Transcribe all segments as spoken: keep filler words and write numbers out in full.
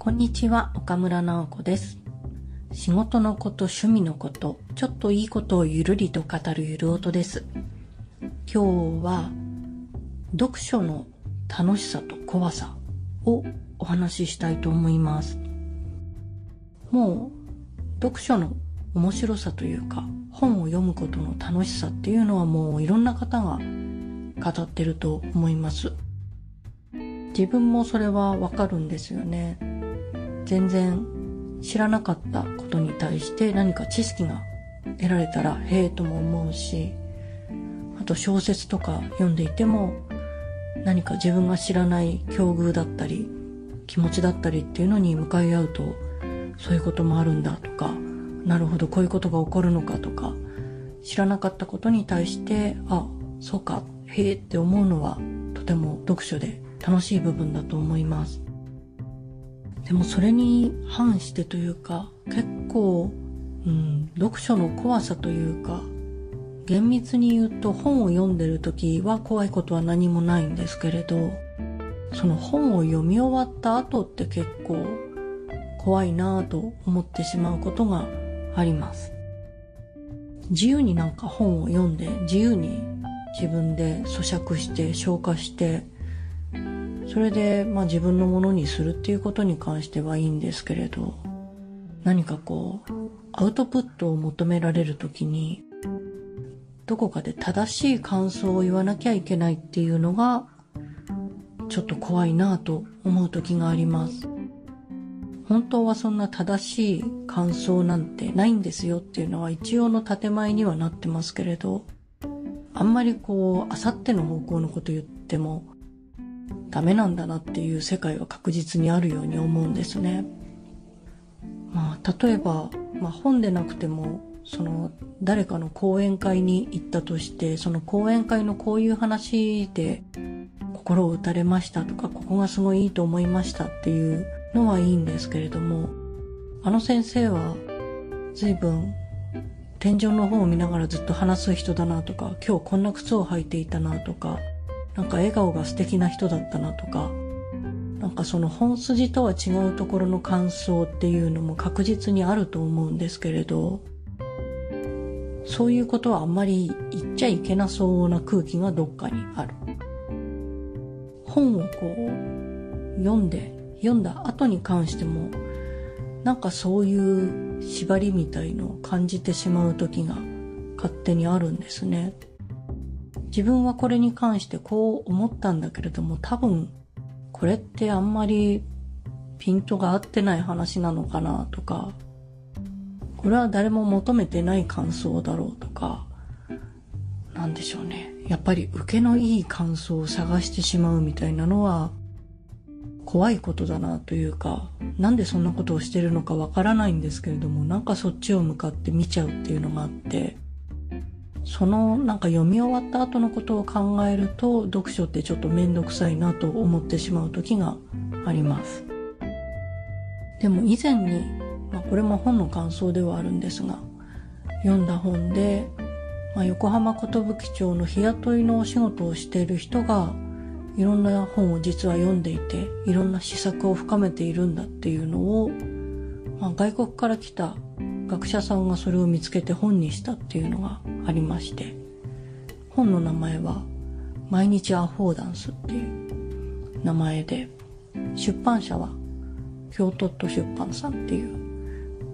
こんにちは、岡村直子です。仕事のこと、趣味のこと、ちょっといいことをゆるりと語るゆる音です。今日は読書の楽しさと怖さをお話ししたいと思います。もう読書の面白さというか、本を読むことの楽しさっていうのはもういろんな方が語ってると思います。自分もそれはわかるんですよね。全然知らなかったことに対して何か知識が得られたらへえとも思うし、あと小説とか読んでいても何か自分が知らない境遇だったり気持ちだったりっていうのに向かい合うと、そういうこともあるんだとか、なるほどこういうことが起こるのかとか、知らなかったことに対してあ、そうか、へえって思うのはとても読書で楽しい部分だと思います。でもそれに反してというか、結構、うん、読書の怖さというか、厳密に言うと本を読んでる時は怖いことは何もないんですけれど、その本を読み終わった後って結構怖いなぁと思ってしまうことがあります。自由になんか本を読んで自由に自分で咀嚼して消化してそれでまあ自分のものにするっていうことに関してはいいんですけれど、何かこうアウトプットを求められるときにどこかで正しい感想を言わなきゃいけないっていうのがちょっと怖いなぁと思うときがあります。本当はそんな正しい感想なんてないんですよっていうのは一応の建前にはなってますけれど、あんまりこうあさっての方向のこと言ってもダメなんだなっていう世界は確実にあるように思うんですね。まあ例えば、まあ、本でなくてもその誰かの講演会に行ったとして、その講演会のこういう話で心を打たれましたとか、ここがすごいいいと思いましたっていうのはいいんですけれども、あの先生は随分天井の方を見ながらずっと話す人だなとか、今日こんな靴を履いていたなとか、なんか笑顔が素敵な人だったなとか、なんかその本筋とは違うところの感想っていうのも確実にあると思うんですけれど、そういうことはあんまり言っちゃいけなそうな空気がどっかにある。本をこう読んで読んだ後に関してもなんかそういう縛りみたいのを感じてしまう時が勝手にあるんですね。自分はこれに関してこう思ったんだけれども、多分これってあんまりピントが合ってない話なのかなとか、これは誰も求めてない感想だろうとか、なんでしょうね。やっぱり受けのいい感想を探してしまうみたいなのは怖いことだなというか、なんでそんなことをしてるのかわからないんですけれども、なんかそっちを向かって見ちゃうっていうのがあって、そのなんか読み終わった後のことを考えると読書ってちょっとめんどくさいなと思ってしまう時があります。でも以前に、まあ、これも本の感想ではあるんですが、読んだ本で、まあ、横浜寿町の日雇いのお仕事をしている人がいろんな本を実は読んでいて、いろんな思索を深めているんだっていうのを、まあ、外国から来た学者さんがそれを見つけて本にしたっていうのがありまして、本の名前は毎日アフォーダンスっていう名前で、出版社は京都都出版さんっていう、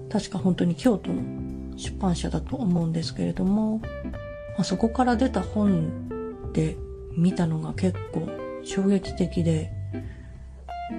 確か本当に京都の出版社だと思うんですけれども、まあ、そこから出た本で見たのが結構衝撃的で、うん、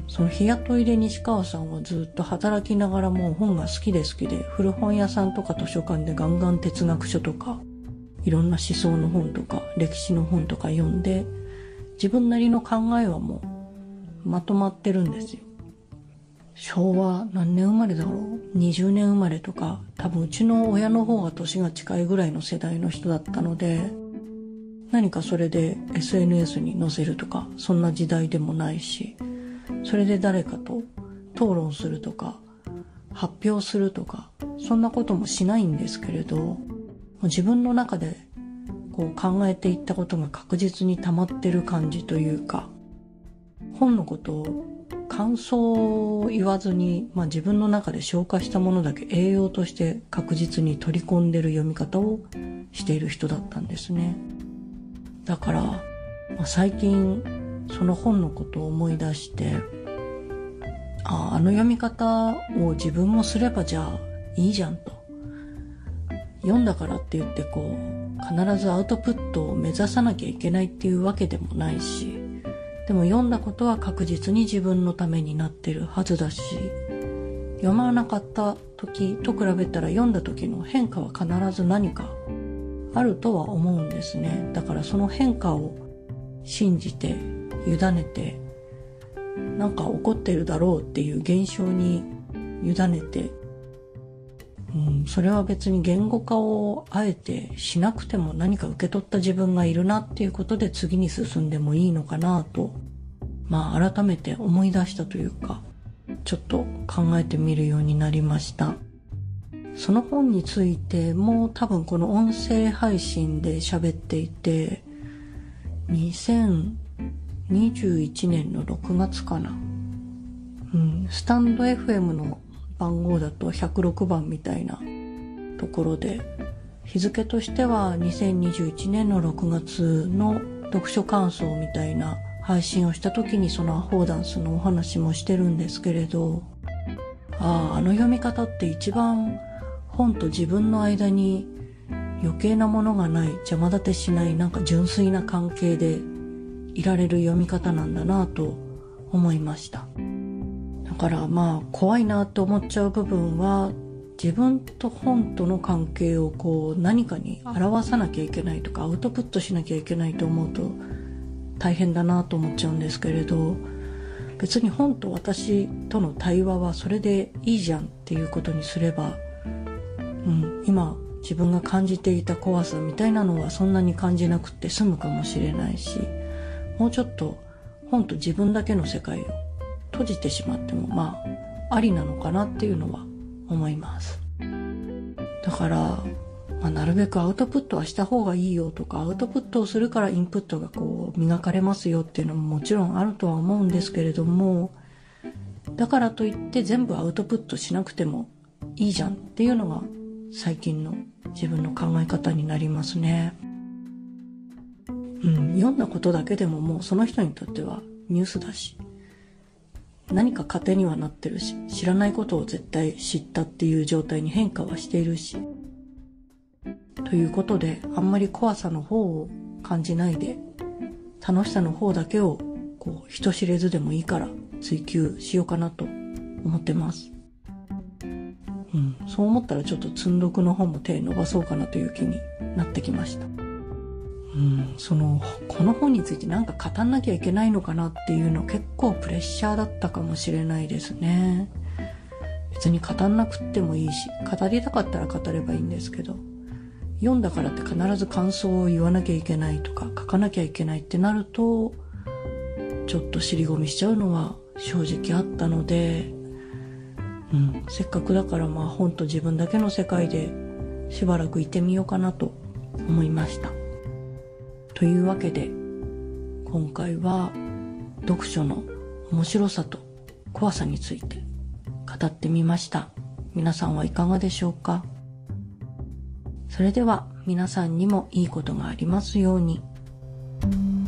その日雇いで西川さんはずっと働きながらもう本が好きで好きで、古本屋さんとか図書館でガンガン哲学書とかいろんな思想の本とか歴史の本とか読んで、自分なりの考えはもうまとまってるんですよ。昭和何年生まれだろう、にじゅうねん生まれとか、多分うちの親の方が年が近いぐらいの世代の人だったので、何かそれで エスエヌエス に載せるとかそんな時代でもないし、それで誰かと討論するとか発表するとかそんなこともしないんですけれど、自分の中でこう考えていったことが確実に溜まってる感じというか、本のことを考感想を言わずに、まあ、自分の中で消化したものだけ栄養として確実に取り込んでる読み方をしている人だったんですね。だから、まあ、最近その本のことを思い出して、ああ、あの読み方を自分もすればじゃあいいじゃんと。読んだからって言ってこう必ずアウトプットを目指さなきゃいけないっていうわけでもないし、でも読んだことは確実に自分のためになってるはずだし、読まなかった時と比べたら読んだ時の変化は必ず何かあるとは思うんですね。だからその変化を信じて委ねて、なんか起こってるだろうっていう現象に委ねて、うん、それは別に言語化をあえてしなくても何か受け取った自分がいるなっていうことで次に進んでもいいのかなと、まあ改めて思い出したというか、ちょっと考えてみるようになりました。その本についても多分この音声配信で喋っていて、にせんにじゅういちねんのろくがつかな、うん、スタンド エフエム の番号だとひゃくろくばんみたいなところで、日付としてはにせんにじゅういちねんのろくがつの読書感想みたいな配信をした時にそのアフォーダンスのお話もしてるんですけれど、ああ、あの読み方って一番本と自分の間に余計なものがない、邪魔立てしない、なんか純粋な関係でいられる読み方なんだなと思いました。だからまあ怖いなと思っちゃう部分は、自分と本との関係をこう何かに表さなきゃいけないとかアウトプットしなきゃいけないと思うと大変だなと思っちゃうんですけれど、別に本と私との対話はそれでいいじゃんっていうことにすれば、うん、今自分が感じていた怖さみたいなのはそんなに感じなくて済むかもしれないし、もうちょっと本と自分だけの世界を閉じてしまってもまあありなのかなっていうのは思います。だから、まあ、なるべくアウトプットはした方がいいよとか、アウトプットをするからインプットがこう磨かれますよっていうのももちろんあるとは思うんですけれども、だからといって全部アウトプットしなくてもいいじゃんっていうのが最近の自分の考え方になりますね。うん、読んだことだけでももうその人にとってはニュースだし、何か糧にはなってるし、知らないことを絶対知ったっていう状態に変化はしているし、ということであんまり怖さの方を感じないで、楽しさの方だけをこう人知れずでもいいから追求しようかなと思ってます。うん、そう思ったらちょっと積んどくの本も手伸ばそうかなという気になってきました。うん、そのこの本について何か語んなきゃいけないのかなっていうの結構プレッシャーだったかもしれないですね。別に語んなくってもいいし、語りたかったら語ればいいんですけど、読んだからって必ず感想を言わなきゃいけないとか書かなきゃいけないってなるとちょっと尻込みしちゃうのは正直あったので、うん、せっかくだからまあ本と自分だけの世界でしばらくいてみようかなと思いました。というわけで今回は読書の面白さと怖さについて語ってみました。皆さんはいかがでしょうか。それでは皆さんにもいいことがありますように。